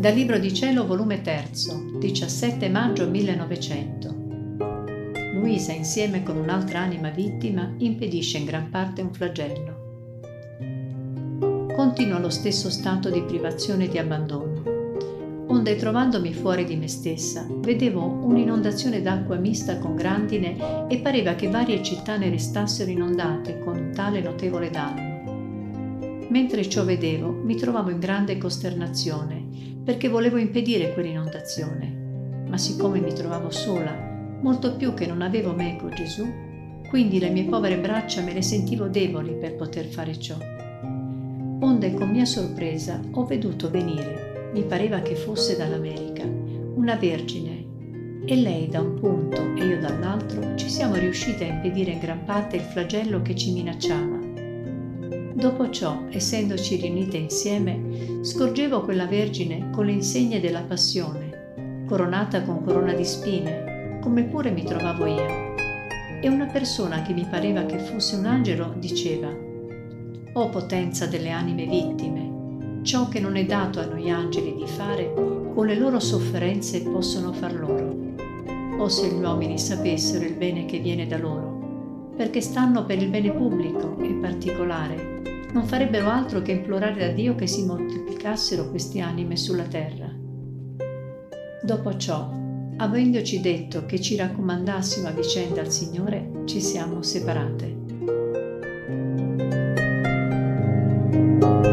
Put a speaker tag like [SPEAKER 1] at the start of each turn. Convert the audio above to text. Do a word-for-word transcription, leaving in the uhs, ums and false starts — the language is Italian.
[SPEAKER 1] Dal Libro di Cielo, volume tre, diciassette maggio millenovecento. Luisa, insieme con un'altra anima vittima, impedisce in gran parte un flagello. Continuo lo stesso stato di privazione e di abbandono. Onde, trovandomi fuori di me stessa, vedevo un'inondazione d'acqua mista con grandine e pareva che varie città ne restassero inondate con un tale notevole danno. Mentre ciò vedevo, mi trovavo in grande costernazione, perché volevo impedire quell'inondazione. Ma siccome mi trovavo sola, molto più che non avevo meco Gesù, quindi le mie povere braccia me le sentivo deboli per poter fare ciò. Onde, con mia sorpresa, ho veduto venire, mi pareva che fosse dall'America, una vergine, e lei da un punto e io dall'altro ci siamo riuscite a impedire in gran parte il flagello che ci minacciava. Dopo ciò, essendoci riunite insieme, scorgevo quella Vergine con le insegne della Passione, coronata con corona di spine, come pure mi trovavo io. E una persona che mi pareva che fosse un angelo diceva: «O potenza delle anime vittime, ciò che non è dato a noi angeli di fare, con le loro sofferenze possono far loro. O se gli uomini sapessero il bene che viene da loro, perché stanno per il bene pubblico e particolare, non farebbero altro che implorare da Dio che si moltiplicassero queste anime sulla terra». Dopo ciò, avendoci detto che ci raccomandassimo a vicenda al Signore, ci siamo separate.